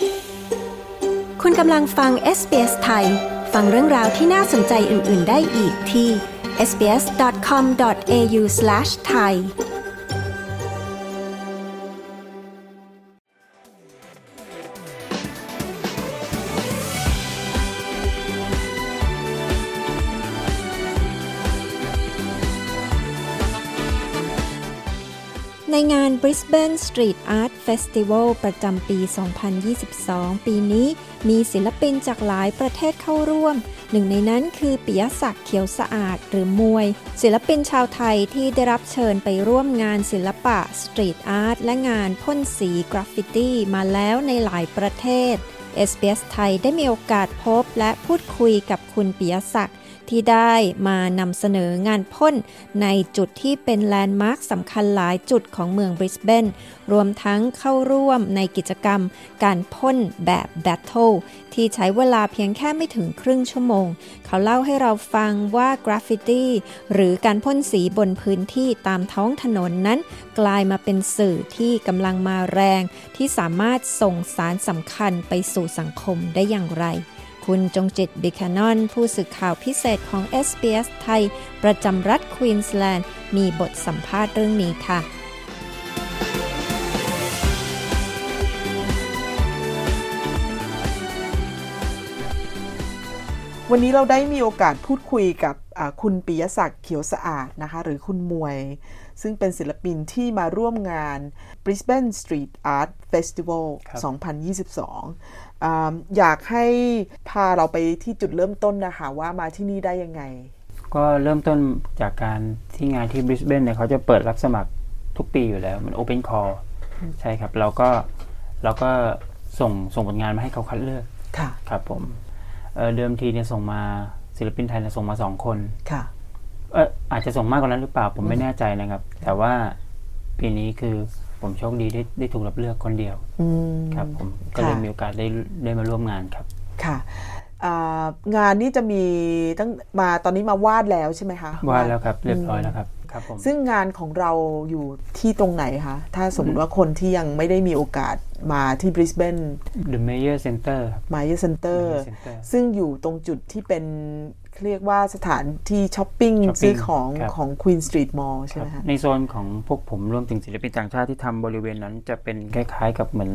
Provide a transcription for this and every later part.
คุณกำลังฟัง SBS ไทยฟังเรื่องราวที่น่าสนใจอื่นๆได้อีกที่ sbs.com.au/thaiในงาน Brisbane Street Art Festival ประจำปี 2022 ปีนี้มีศิลปินจากหลายประเทศเข้าร่วมหนึ่งในนั้นคือปิยศักดิ์เขียวสะอาดหรือมวยศิลปินชาวไทยที่ได้รับเชิญไปร่วมงานศิลปะ Street Art และงานพ่นสีกราฟฟิตี้มาแล้วในหลายประเทศ SBS ไทยได้มีโอกาสพบและพูดคุยกับคุณปิยศักดิ์ที่ได้มานำเสนองานพ่นในจุดที่เป็นแลนด์มาร์คสำคัญหลายจุดของเมืองบริสเบนรวมทั้งเข้าร่วมในกิจกรรมการพ่นแบบแบทเทิลที่ใช้เวลาเพียงแค่ไม่ถึงครึ่งชั่วโมงเขาเล่าให้เราฟังว่ากราฟฟิตี้หรือการพ่นสีบนพื้นที่ตามท้องถนนนั้นกลายมาเป็นสื่อที่กำลังมาแรงที่สามารถส่งสารสำคัญไปสู่สังคมได้อย่างไรคุณจงจิตบิคานอนผู้สื่อข่าวพิเศษของ SBS ไทยประจำรัฐควีนสแลนด์มีบทสัมภาษณ์เรื่องนี้ค่ะวันนี้เราได้มีโอกาสพูดคุยกับคุณปิยศักดิ์เขียวสะอาดนะคะหรือคุณมวยซึ่งเป็นศิลปินที่มาร่วมงาน Brisbane Street Art Festival 2022 อยากให้พาเราไปที่จุดเริ่มต้นนะคะว่ามาที่นี่ได้ยังไงก็เริ่มต้นจากการที่งานที่ Brisbane เนี่ยเขาจะเปิดรับสมัครทุกปีอยู่แล้วมัน Open Call ใช่ครับเราก็ส่งผลงานมาให้เขาคัดเลือกครับผมเดิมทีเนี่ยส่งมาศิลปินไทยเนี่ยส่งมา2คนอาจจะส่งมากกว่านั้นหรือเปล่าผมไม่แน่ใจนะครับแต่ว่าปีนี้คือผมโชคดีได้ถูกรับเลือกคนเดียวครับผมก็เลยมีโอกาสได้มาร่วมงานครับค่ะงานนี้จะมีตั้งมาตอนนี้มาวาดแล้วใช่ไหมคะวาดแล้วครับเรียบร้อยแล้วครับผมซึ่งงานของเราอยู่ที่ตรงไหนคะถ้าสมมติว่าคนที่ยังไม่ได้มีโอกาสมาที่ Brisbane The Meyer Center Meyer Center ซึ่งอยู่ตรงจุดที่เป็นเรียกว่าสถานที่ช้อปปิ้งซื้อของ Queen Street Mall ใช่ไหมคะในโซนของพวกผมรวมถึงศิลปินต่างชาติที่ทำบริเวณนั้นจะเป็นคล้ายๆกับเหมือน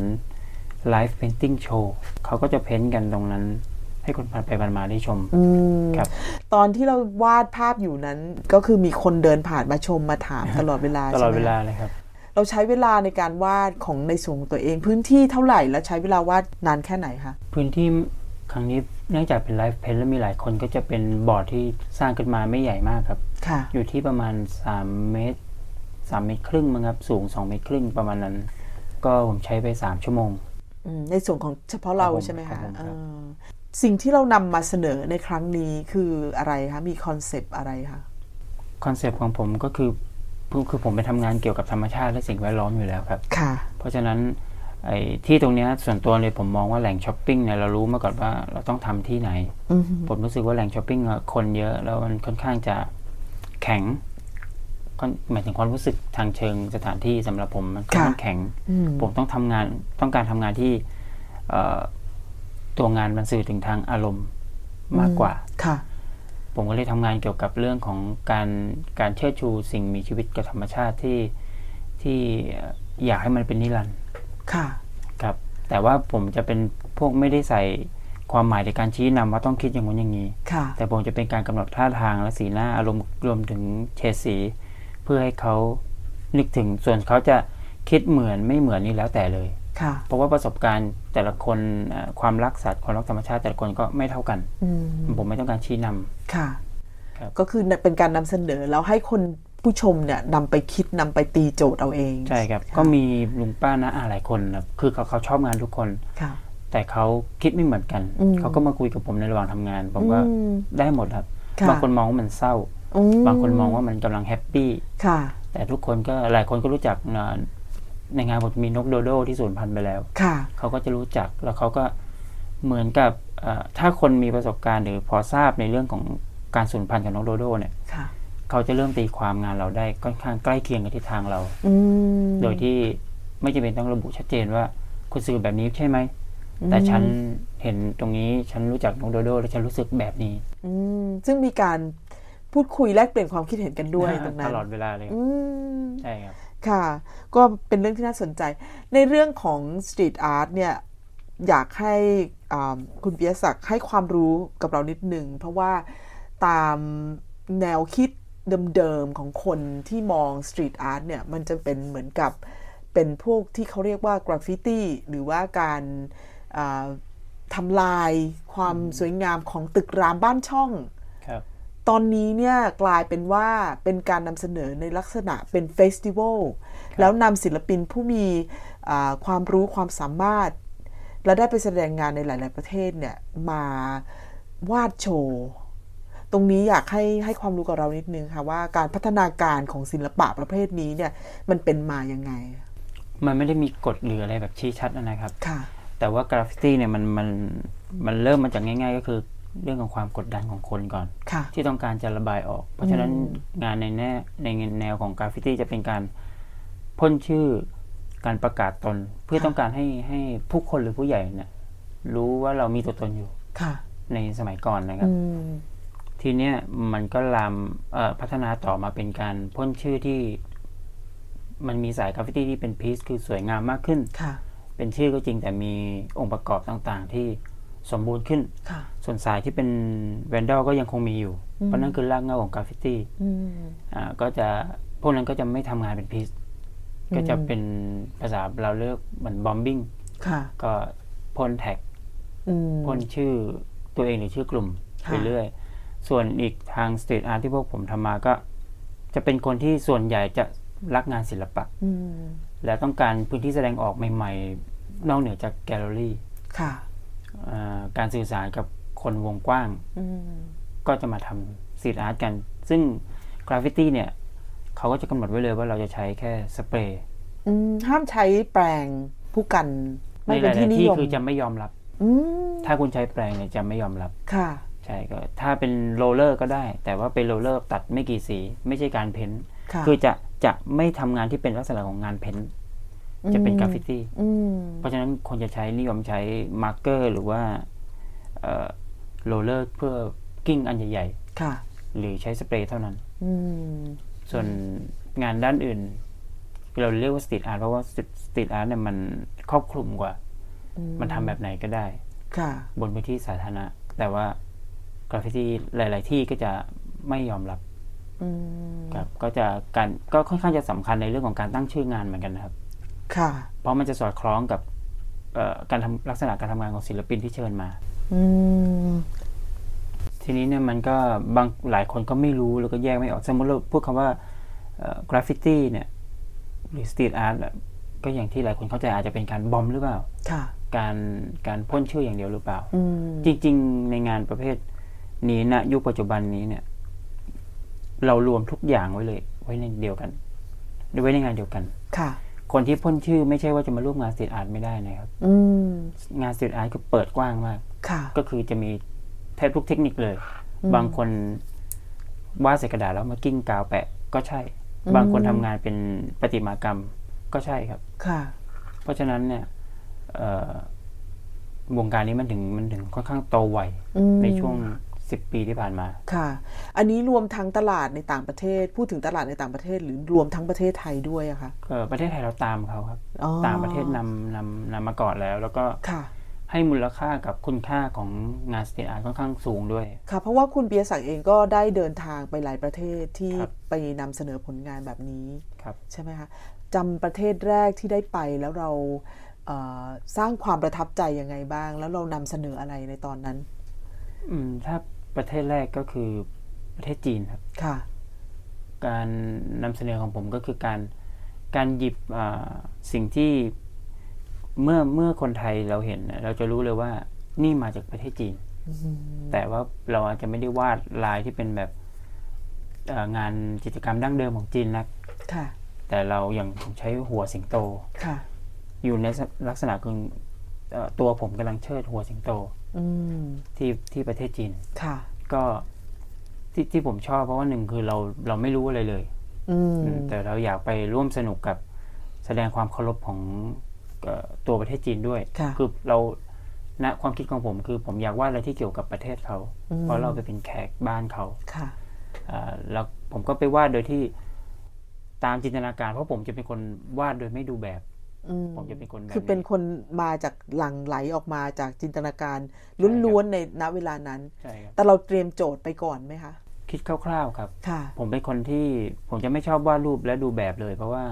Live Painting Show เขาก็จะเพ้นท์กันตรงนั้นให้คนผ่านไปผ่านมาได้ชมครับตอนที่เราวาดภาพอยู่นั้นก็คือมีคนเดินผ่านมาชมมาถามตลอดเวลาตลอดเวลาเลยครับเราใช้เวลาในการวาดของในส่วนของตัวเองพื้นที่เท่าไหร่และใช้เวลาวาดนานแค่ไหนคะพื้นที่ครั้งนี้เนื่องจากเป็นไลฟ์เพนท์และมีหลายคนก็จะเป็นบอร์ดที่สร้างขึ้นมาไม่ใหญ่มากครับอยู่ที่ประมาณ3 เมตรครึ่งมั้งครับสูง2 เมตรครึ่งประมาณนั้นก็ผมใช้ไป3 ชั่วโมงในส่วนของเฉพาะเราใช่ไหมคะสิ่งที่เรานำมาเสนอในครั้งนี้คืออะไรคะมีคอนเซปต์อะไรคะคอนเซปต์ของผมก็คือผมไปทำงานเกี่ยวกับธรรมชาติและสิ่งแวดล้อมอยู่แล้วครับเพราะฉะนั้นที่ตรงนี้ส่วนตัวเลยผมมองว่าแหล่งช้อปปิ้งเนี่ยเรารู้มาก่อนว่าเราต้องทำที่ไหนผมรู้สึกว่าแหล่งช้อปปิ้งคนเยอะแล้วมันค่อนข้างจะแข็งหมายถึงความรู้สึกทางเชิงสถานที่สำหรับผมมันค่อนข้างแข็งผมต้องการทำงานที่ตัวงานมันสื่อถึงทางอารมณ์มากกว่าผมก็เลยทำงานเกี่ยวกับเรื่องของการเชิดชูสิ่งมีชีวิตกับธรรมชาติที่อยากให้มันเป็นนิรันดร์ครับแต่ว่าผมจะเป็นพวกไม่ได้ใส่ความหมายในการชี้นำว่าต้องคิดอย่างนู้นอย่างนี้แต่ผมจะเป็นการกำหนดท่าทางและสีหน้าอารมณ์รวมถึงเฉดสีเพื่อให้เขานึกถึงส่วนเขาจะคิดเหมือนไม่เหมือนนี่แล้วแต่เลยเพราะว่าประสบการณ์แต่ละคนความรักสัตว์ความรักธรรมชาติแต่ละคนก็ไม่เท่ากันผมไม่ต้องการชี้นำก็คือเป็นการนำเสนอแล้วให้คนผู้ชมเนี่ยนำไปคิดนำไปตีโจทย์เอาเองใช่ครับก็มีลุงป้าน้าอาหลายคนนะคือเขาชอบงานทุกคนแต่เขาคิดไม่เหมือนกันเขาก็มาคุยกับผมในระหว่างทำงานผมก็ได้หมดครับบางคนมองว่ามันเศร้าบางคนมองว่ามันกำลังแฮปปี้แต่ทุกคนก็หลายคนก็รู้จักในงานผมมีนกโดโดที่สูญพันธุ์ไปแล้วเขาก็จะรู้จักแล้วเขาก็เหมือนกับถ้าคนมีประสบการณ์หรือพอทราบในเรื่องของการสูญพันธุ์ของนกโดโดเนี่ยเขาจะเริ่มตีความงานเราได้ค่อนข้างใกล้เคียงกับทิศทางเราโดยที่ไม่จำเป็นต้องระบุชัดเจนว่าคุณสื่อแบบนี้ใช่ไหมแต่ฉันเห็นตรงนี้ฉันรู้จักน้องโดโดแล้วฉันรู้สึกแบบนี้ซึ่งมีการพูดคุยแลกเปลี่ยนความคิดเห็นกันด้วยตรงนั้นตลอดเวลาเลยใช่ครับค่ะก็เป็นเรื่องที่น่าสนใจในเรื่องของสตรีทอาร์ตเนี่ยอยากให้คุณปิยศักดิ์ให้ความรู้กับเรานิดนึงเพราะว่าตามแนวคิดเดิมๆของคนที่มองสตรีทอาร์ตเนี่ยมันจะเป็นเหมือนกับเป็นพวกที่เขาเรียกว่ากราฟฟิตี้หรือว่าการทำลายความสวยงามของตึกรามบ้านช่องตอนนี้เนี่ยกลายเป็นว่าเป็นการนำเสนอในลักษณะเป็นเฟสติวัลแล้วนำศิลปินผู้มีความรู้ความสามารถและได้ไปแสดงงานในหลายๆประเทศเนี่ยมาวาดโชว์ตรงนี้อยากให้ความรู้กับเรานิดนึงค่ะว่าการพัฒนาการของศิลปะประเภทนี้เนี่ยมันเป็นมายังไงมันไม่ได้มีกฎหรืออะไรแบบชี้ชัดนะครับแต่ว่ากราฟฟิตี้เนี่ยมันเริ่มมาจากง่ายๆก็คือเรื่องของความกดดันของคนก่อนที่ต้องการจะระบายออกเพราะฉะนั้นงานในแนวของกราฟฟิตี้จะเป็นการพ่นชื่อการประกาศตนเพื่อต้องการให้ผู้คนหรือผู้ใหญ่เนี่ยรู้ว่าเรามีตัวตนอยู่ในสมัยก่อนนะครับทีเนี้ยมันก็พัฒนาต่อมาเป็นการพ่นชื่อที่มันมีสายกราฟฟิตี้ที่เป็นพีซคือสวยงามมากขึ้นเป็นชื่อก็จริงแต่มีองค์ประกอบต่างๆที่สมบูรณ์ขึ้นส่วนสายที่เป็นแวนดอลก็ยังคงมีอยู่เพราะนั่นคือรากเหง้าของกราฟฟิตี้ก็จะพวกนั้นก็จะไม่ทำงานเป็นพีซก็จะเป็นภาษาเราเรียกเหมือนบอมบิ้งก็พ่นแท็กพ่นชื่อตัวเองหรือชื่อกลุ่มไปเรื่อยส่วนอีกทางสตรีทอาร์ตที่พวกผมทำมาก็จะเป็นคนที่ส่วนใหญ่จะรักงานศิลปะและต้องการพื้นที่แสดงออกใหม่ๆนอกเหนือจากแกลเลอรี่การสื่อสารกับคนวงกว้างก็จะมาทำสตรีทอาร์ตกันซึ่งกราฟฟิตี้เนี่ยเขาก็จะกำหนดไว้เลยว่าเราจะใช้แค่สเปรย์ห้ามใช้แปรงผู้กันในหลายๆที่คือจะไม่ยอมรับถ้าคุณใช้แปรงเนี่ยจะไม่ยอมรับใช่ก็ถ้าเป็นโรลเลอร์ก็ได้แต่ว่าเป็นโรลเลอร์ตัดไม่กี่สีไม่ใช่การเพ้นท์คือจะไม่ทำงานที่เป็นลักษณะของงานเพ้นท์จะเป็นกราฟฟิตี้เพราะฉะนั้นคนจะใช้นิยมใช้มาร์กเกอร์หรือว่าโรลเลอร์เพื่อกิ้งอันใหญ่ๆหรือใช้สเปรย์เท่านั้นส่วนงานด้านอื่นเราเรียกว่าสตรีทอาร์ตเพราะว่าสตรีทอาร์ตเนี่ยมันครอบคลุมกว่ามันทำแบบไหนก็ได้บนพื้นที่สาธารณะแต่ว่ากราฟฟิตี้หลายๆที่ก็จะไม่ยอมรับครับก็ค่อนข้างจะสำคัญในเรื่องของการตั้งชื่องานเหมือนกันนะครับเพราะมันจะสอดคล้องกับการทำลักษณะการทำงานของศิลปินที่เชิญมาทีนี้เนี่ยมันก็หลายคนก็ไม่รู้แล้วก็แยกไม่ออกสมมติเราพูดคำว่ากราฟฟิตี้เนี่ยหรือสตรีทอาร์ตก็อย่างที่หลายคนเข้าใจอาจจะเป็นการบอมหรือเปล่าการพ่นชื่ออย่างเดียวหรือเปล่าจริงๆในงานประเภทนี้ณยุคปัจจุบันนี้เนี่ยเรารวมทุกอย่างไว้เลยไว้ในเดียวกันไว้ในงานเดียวกันคนที่พ่นชื่อไม่ใช่ว่าจะมาร่วมงานสตรีทอาร์ตไม่ได้นะครับงานสตรีทอาร์ตก็เปิดกว้างมากก็คือจะมีแทบทุกเทคนิคเลยบางคนวาดใส่กระดาษแล้วมากิ้งกาวแปะก็ใช่บางคนทำงานเป็นประติมากรรมก็ใช่ครับเพราะฉะนั้นเนี่ยวงการนี้มันถึงค่อนข้างโตไวในช่วง10 ปีที่ผ่านมาค่ะอันนี้รวมทั้งตลาดในต่างประเทศพูดถึงตลาดในต่างประเทศหรือรวมทั้งประเทศไทยด้วยอะคะประเทศไทยเราตามเขาครับต่างประเทศนำมาก่อนแล้วก็ให้มูลค่ากับคุณค่าของงานสตรีทอาร์ตค่อนข้างสูงด้วยค่ะเพราะว่าคุณปิยศักดิ์เองก็ได้เดินทางไปหลายประเทศที่ไปนำเสนอผลงานแบบนี้ใช่ไหมคะจำประเทศแรกที่ได้ไปแล้วเราสร้างความประทับใจยังไงบ้างแล้วเรานำเสนออะไรในตอนนั้นถ้าประเทศแรกก็คือประเทศจีนครับการนำเสนอของผมก็คือการหยิบสิ่งที่เมื่อคนไทยเราเห็นเราจะรู้เลยว่านี่มาจากประเทศจีนแต่ว่าเราอาจจะไม่ได้วาดลายที่เป็นแบบงานจิตรกรรมดั้งเดิมของจีนนักแต่เราอย่างใช้หัวสิงโตอยู่ในลักษณะคือตัวผมกำลังเชิดหัวสิงโตที่ประเทศจีนก็ที่ผมชอบเพราะว่าหนึ่งคือเราไม่รู้อะไรเลยแต่เราอยากไปร่วมสนุกกับแสดงความเคารพของตัวประเทศจีนด้วยคือเรานะความคิดของผมคือผมอยากวาดอะไรที่เกี่ยวกับประเทศเขาเพราะเราไปเป็นแขกบ้านเขาแล้วผมก็ไปวาดโดยที่ตามจินตนาการเพราะผมจะเป็นคนวาดโดยไม่ดูแบบผมจะเป็นคนแบบคือเป็นคนมาจากหลั่งไหลออกมาจากจินตนาการล้วนๆในณเวลานั้นแต่เราเตรียมโจทย์ไปก่อนไหมคะคิดคร่าวๆครับผมเป็นคนที่ผมจะไม่ชอบวาดรูปและดูแบบเลยเพราะว่า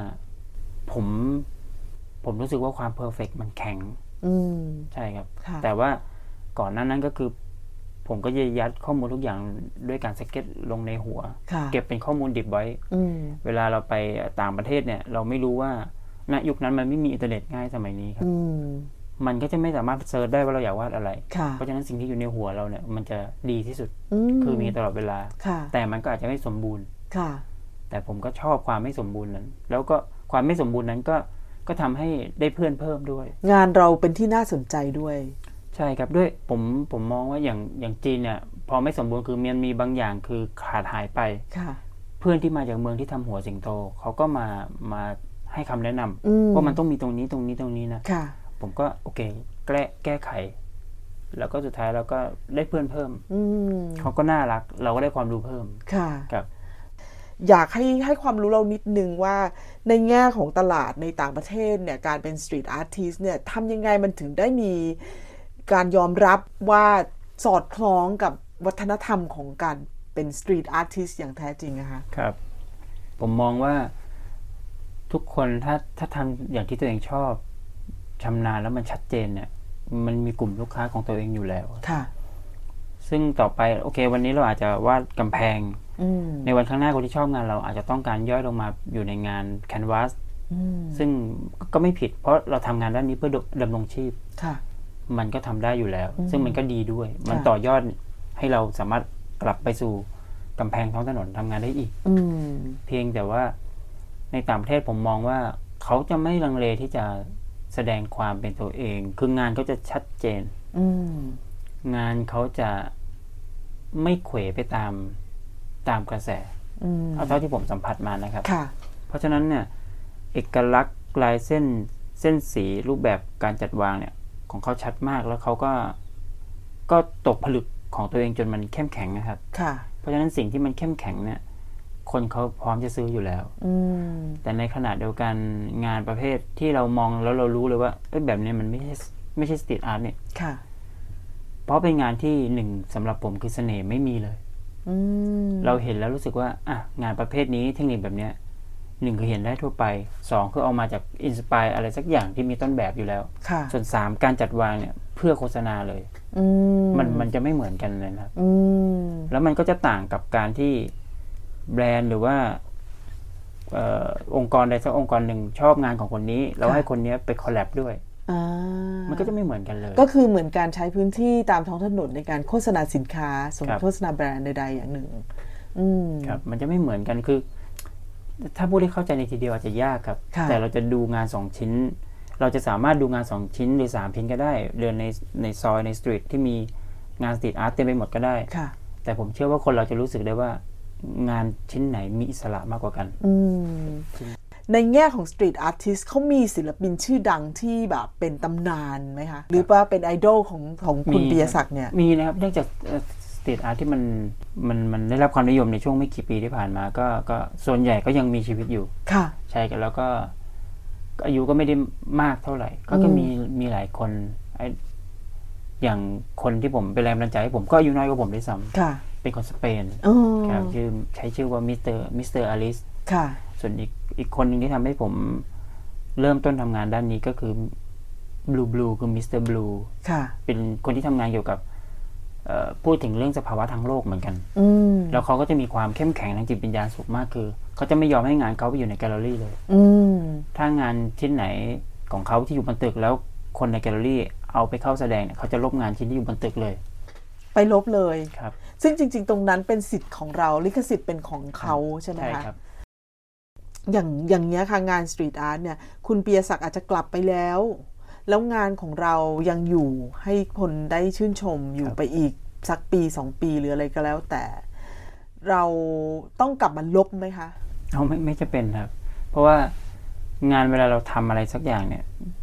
ผมรู้สึกว่าความเพอร์เฟกต์มันแข็งใช่ครับแต่ว่าก่อนนั้นก็คือผมก็จะยัดข้อมูลทุกอย่างด้วยการสเก็ตลงในหัวเก็บเป็นข้อมูลดิบไว้เวลาเราไปต่างประเทศเนี่ยเราไม่รู้ว่าณยุคนั้นมันไม่มีอินเทอร์เน็ตง่ายสมัยนี้ครับมันก็จะไม่สามารถเซิร์ชได้ว่าเราอยากวาดอะไรเพราะฉะนั้นสิ่งที่อยู่ในหัวเราเนี่ยมันจะดีที่สุดคือมีตลอดเวลาแต่มันก็อาจจะไม่สมบูรณ์แต่ผมก็ชอบความไม่สมบูรณ์นั้นแล้วก็ความไม่สมบูรณ์นั้นก็ทำให้ได้เพื่อนเพิ่มด้วยงานเราเป็นที่น่าสนใจด้วยใช่ครับด้วยผมมองว่าอย่างจีนเนี่ยพอไม่สมบูรณ์คือมันมีบางอย่างคือขาดหายไปเพื่อนที่มาจากเมืองที่ทำหัวสิงโตเขาก็มาให้คำแนะนำว่ามันต้องมีตรงนี้ตรงนี้ตรงนี้นะผมก็โอเคแก้ไขแล้วก็สุดท้ายเราก็ได้เพื่อนเพิ่มเขาก็น่ารักเราก็ได้ความรู้เพิ่มครับอยากให้ความรู้เรานิดนึงว่าในแง่ของตลาดในต่างประเทศเนี่ยการเป็นสตรีทอาร์ติสต์เนี่ยทำยังไงมันถึงได้มีการยอมรับว่าสอดคล้องกับวัฒนธรรมของการเป็นสตรีทอาร์ติสต์อย่างแท้จริงนะคะครับผมมองว่าทุกคนถ้าทำอย่างที่ตัวเองชอบชำนาญแล้วมันชัดเจนเนี่ยมันมีกลุ่มลูกค้าของตัวเองอยู่แล้วค่ะซึ่งต่อไปโอเควันนี้เราอาจจะวาดกำแพงในวันข้างหน้าคนที่ชอบงานเราอาจจะต้องการย่อยลงมาอยู่ในงานแคนวาสซึ่งก็ไม่ผิดเพราะเราทำงานด้านนี้เพื่อดำรงชีพมันก็ทำได้อยู่แล้วซึ่งมันก็ดีด้วยมันต่อยอดให้เราสามารถกลับไปสู่กำแพงท้องถนนทำงานได้อีกเพียงแต่ว่าในต่างประเทศผมมองว่าเขาจะไม่ลังเลที่จะแสดงความเป็นตัวเองคืองานเขาจะชัดเจนงานเขาจะไม่เขวไปตามกระแสเอาเท่าที่ผมสัมผัสมานะครับเพราะฉะนั้นเนี่ยเอกลักษณ์ลายเส้นสีรูปแบบการจัดวางเนี่ยของเขาชัดมากแล้วเขาก็ตกผลึกของตัวเองจนมันเข้มแข็งนะครับเพราะฉะนั้นสิ่งที่มันเข้มแข็งเนี่ยคนเขาพร้อมจะซื้ออยู่แล้วแต่ในขณะเดียวกันงานประเภทที่เรามองแล้วเรารู้เลยว่าแบบนี้มันไม่ใช่สตรีทอาร์ตเนี่ยเพราะเป็นงานที่หนึ่งสำหรับผมคือเสน่ห์ไม่มีเลยเราเห็นแล้วรู้สึกว่างานประเภทนี้เทคนิคแบบนี้หนึ่งคือเห็นได้ทั่วไปสองคือเอามาจากอินสไปร์อะไรสักอย่างที่มีต้นแบบอยู่แล้วส่วนสามการจัดวางเนี่ยเพื่อโฆษณาเลยมันจะไม่เหมือนกันเลยนะครับแล้วมันก็จะต่างกับการที่แบรนด์หรือว่าองค์กรใดสักองค์กรหนึ่งชอบงานของคนนี้แล้วให้คนนี้ไปคอลแลบด้วยมันก็จะไม่เหมือนกันเลยก็คือเหมือนการใช้พื้นที่ตามท้องถนนในการโฆษณาสินค้าสมโฆษณาแบรนด์ใดๆอย่างหนึ่งครับมันจะไม่เหมือนกันคือถ้าพูดให้เข้าใจในทีเดียวอาจจะยากครับแต่เราจะดูงาน2ชิ้นเราจะสามารถดูงาน2ชิ้นหรือ3ชิ้นก็ได้เดินในซอยในสตรีทที่มีงานสตรีทอาร์ตเต็มไปหมดก็ได้แต่ผมเชื่อว่าคนเราจะรู้สึกได้ว่างานชิ้นไหนมีอิสระมากกว่ากันในแง่ของสตรีทอาร์ติสต์เขามีศิลปินชื่อดังที่แบบเป็นตำนานไหมคะหรือว่าเป็นไอดอลของคุณปิยศักดิ์เนี่ยมีนะครับเนื่องจากสตรีทอาร์ตที่มันได้รับความนิยมในช่วงไม่กี่ปีที่ผ่านมาก็ส่วนใหญ่ก็ยังมีชีวิตอยู่ค่ะใช่กันแล้วก็อายุก็ไม่ได้มากเท่าไหร่ก็มีหลายคนอย่างคนที่ผมเป็นแรงบันดาลใจให้ผมก็อายุน้อยกว่าผมด้วยซ้ำเป็นคนสเปนครับใช้ชื่อว่ามิสเตอร์อลิสส่วนอีกคนหนึ่งที่ทำให้ผมเริ่มต้นทำงานด้านนี้ก็คือบลูคือมิสเตอร์บลูเป็นคนที่ทำงานเกี่ยวกับพูดถึงเรื่องสภาวะทางโลกเหมือนกันแล้วเขาก็จะมีความเข้มแข็งทางจิตวิญญาณสูงมากคือเขาจะไม่ยอมให้งานเขาไปอยู่ในแกลเลอรี่เลยถ้างานชิ้นไหนของเขาที่อยู่บนตึกแล้วคนในแกลเลอรี่เอาไปเข้าแสดงเนี่ยเขาจะลบงานชิ้นที่อยู่บนตึกเลยไปลบเลยครับซึ่งจริงๆตรงนั้นเป็นสิทธิ์ของเราลิขสิทธิ์เป็นของเขาใช่ไหมคะอย่างเงี้ยค่ะงานสตรีทอาร์ตเนี่ยคุณปิยศักดิ์อาจจะกลับไปแล้วงานของเรายังอยู่ให้คนได้ชื่นชมอยู่ไปอีกสักปี2ปีหรืออะไรก็แล้วแต่เราต้องกลับมาลบไหมคะไม่จะเป็นครับเพราะว่างานเวลาเราทำอะไรสักอย่างเนี่ย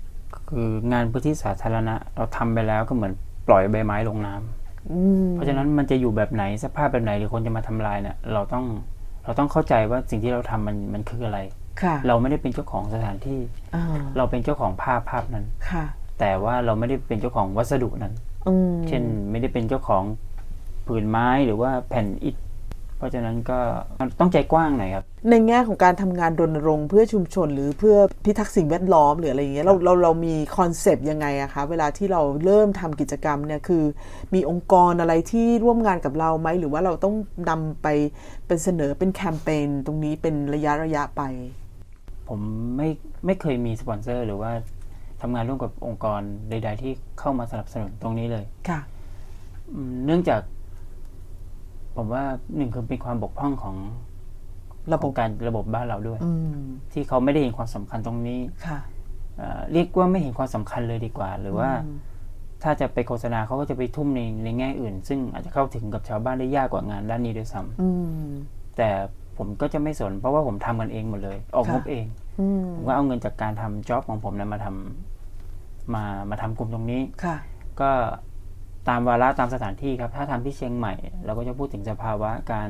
คืองานพื้นที่สาธารณะเราทำไปแล้วก็เหมือนปล่อยใบไม้ลงน้ำเพราะฉะนั้นมันจะอยู่แบบไหนสภาพแบบไหนหรือคนจะมาทำลายเนี่ยเราต้องเข้าใจว่าสิ่งที่เราทำมันคืออะไรเราไม่ได้เป็นเจ้าของสถานที่เราเป็นเจ้าของภาพนั้นแต่ว่าเราไม่ได้เป็นเจ้าของวัสดุนั้นเช่นไม่ได้เป็นเจ้าของผืนไม้หรือว่าแผ่นอิฐเพราะฉะนั้นก็ต้องใจกว้างหน่อยครับในแง่ของการทำงานรณรงค์เพื่อชุมชนหรือเพื่อพิทักษ์สิ่งแวดล้อมหรืออะไรอย่างเงี้ยเรามีคอนเซปต์ยังไงอะคะเวลาที่เราเริ่มทำกิจกรรมเนี่ยคือมีองค์กรอะไรที่ร่วมงานกับเราไหมหรือว่าเราต้องนำไปเป็นเสนอเป็นแคมเปญตรงนี้เป็นระยะไปผมไม่เคยมีสปอนเซอร์หรือว่าทำงานร่วมกับองค์กรใดๆที่เข้ามาสนับสนุนตรงนี้เลยค่ะเนื่องจากผมว่าหนึ่งคือเป็นความบกพร่องของระบบบ้านเราด้วยที่เขาไม่ได้เห็นความสำคัญตรงนี้เรียกว่าไม่เห็นความสำคัญเลยดีกว่าหรือว่าถ้าจะไปโฆษณาเขาก็จะไปทุ่มในแง่อื่นซึ่งอาจจะเข้าถึงกับชาวบ้านได้ยากกว่างานด้านนี้ด้วยซ้ำแต่ผมก็จะไม่สนเพราะว่าผมทำกันเองหมดเลยออกงบเองผมก็เอาเงินจากการทำจ็อบของผมนั้นมาทำกลุ่มตรงนี้ก็ตามวาระตามสถานที่ครับถ้าทำที่เชียงใหม่เราก็จะพูดถึงสภาวะการ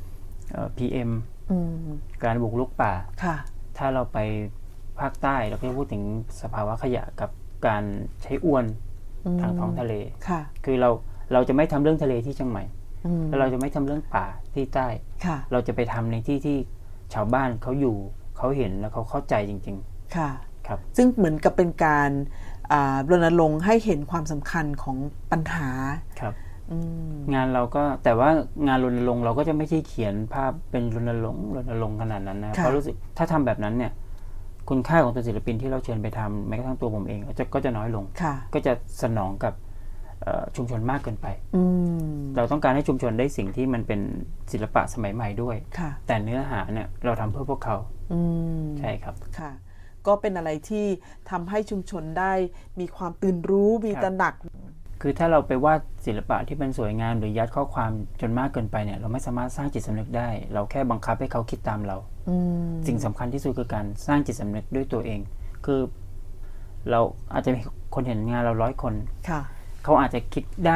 PM การบุกรุกป่าถ้าเราไปภาคใต้เราก็จะพูดถึงสภาวะขยะกับการใช้อวนทางท้องทะเลคือเราจะไม่ทำเรื่องทะเลที่เชียงใหม่แล้วเราจะไม่ทำเรื่องป่าที่ใต้เราจะไปทำในที่ชาวบ้านเขาอยู่เขาเห็นแล้วเขาเข้าใจจริงๆครับซึ่งเหมือนกับเป็นการรณรงค์ให้เห็นความสำคัญของปัญหาครับงานเราก็แต่ว่างานรณรงค์เราก็จะไม่ใช่เขียนภาพเป็นรณรงค์ขนาดนั้นนะเพราะรู้สึกถ้าทำแบบนั้นเนี่ยคุณค่าของตัวศิลปินที่เราเชิญไปทำแม้กระทั่งตัวผมเองก็จะน้อยลงก็จะสนองกับชุมชนมากเกินไปเราต้องการให้ชุมชนได้สิ่งที่มันเป็นศิลปะสมัยใหม่ด้วยแต่เนื้อหาเนี่ยเราทำเพื่อพวกเขาใช่ครับค่ะก็เป็นอะไรที่ทำให้ชุมชนได้มีความตื่นรู้มีตระหนักคือถ้าเราไปวาดศิลปะที่เป็นสวยงามหรือยัดข้อความจนมากเกินไปเนี่ยเราไม่สามารถสร้างจิตสำนึกได้เราแค่บังคับให้เขาคิดตามเราสิ่งสำคัญที่สุดคือการสร้างจิตสำนึกด้วยตัวเองคือเราอาจจะมีคนเห็นงานเรา100 คนเขาอาจจะคิดได้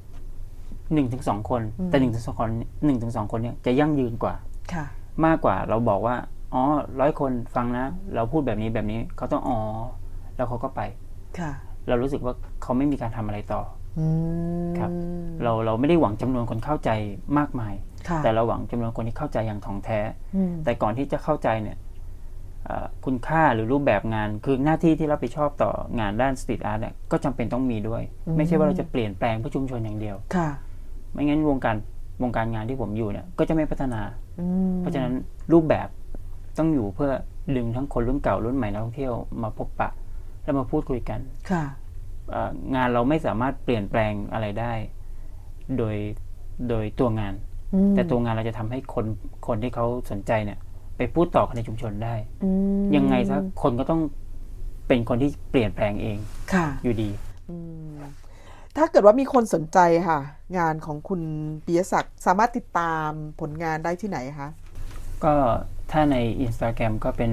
1-2 คนแต่ 1-2 คนเนี่ยจะยั่งยืนกว่ามากกว่าเราบอกว่าอ๋อ100 คนฟังนะเราพูดแบบนี้เขาต้องอ๋อแล้วเขาก็ไปเรารู้สึกว่าเขาไม่มีการทำอะไรต่อครับเราไม่ได้หวังจำนวนคนเข้าใจมากมายแต่เราหวังจำนวนคนที่เข้าใจอย่างถ่องแท้แต่ก่อนที่จะเข้าใจเนี่ยคุณค่าหรือรูปแบบงานคือหน้าที่ที่รับผิดชอบต่องานด้านสตรีทอาร์ตเนี่ยก็จำเป็นต้องมีด้วยไม่ใช่ว่าเราจะเปลี่ยนแปลงเพื่อชุมชนอย่างเดียวไม่งั้นวงการงานที่ผมอยู่เนี่ยก็จะไม่พัฒนาเพราะฉะนั้นรูปแบบต้องอยู่เพื่อดึงทั้งคนรุ่นเก่ารุ่นใหม่นักท่องเที่ยวมาพบปะแล้วมาพูดคุยกันงานเราไม่สามารถเปลี่ยนแปลงอะไรได้โดยตัวงานแต่ตัวงานเราจะทำให้คนที่เขาสนใจเนี่ยไปพูดต่อกันในชุมชนได้ยังไงซะคนก็ต้องเป็นคนที่เปลี่ยนแปลงเองอยู่ดีถ้าเกิดว่ามีคนสนใจค่ะงานของคุณปิยศักดิ์สามารถติดตามผลงานได้ที่ไหนคะก็ถ้าใน Instagram ก็เป็น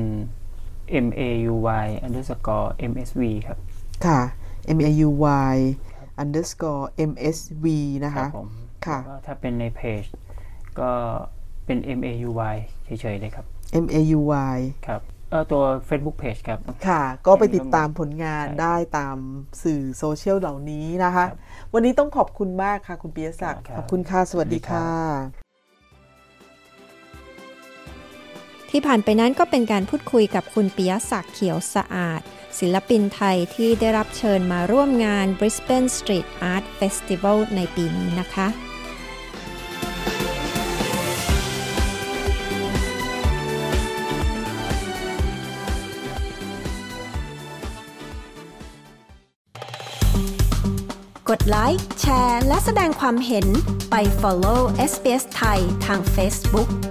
MAUY_MSV ครับค่ะ MAUY_MSV นะคะค่ะถ้าเป็นในเพจก็เป็น MAUY เฉยๆเลยครับ MAUY ครับตัว Facebook Page ครับค่ะก็ไปติดตามผลงานได้ตามสื่อโซเชียลเหล่านี้นะคะวันนี้ต้องขอบคุณมากค่ะคุณปิยศักดิ์ขอบคุณค่ะสวัสดีค่ะที่ผ่านไปนั้นก็เป็นการพูดคุยกับคุณปิยศักดิ์เขียวสะอาดศิลปินไทยที่ได้รับเชิญมาร่วมงาน Brisbane Street Art Festival ในปีนี้นะคะกดไลค์แชร์และแสดงความเห็นไป follow SBS ไทยทาง Facebook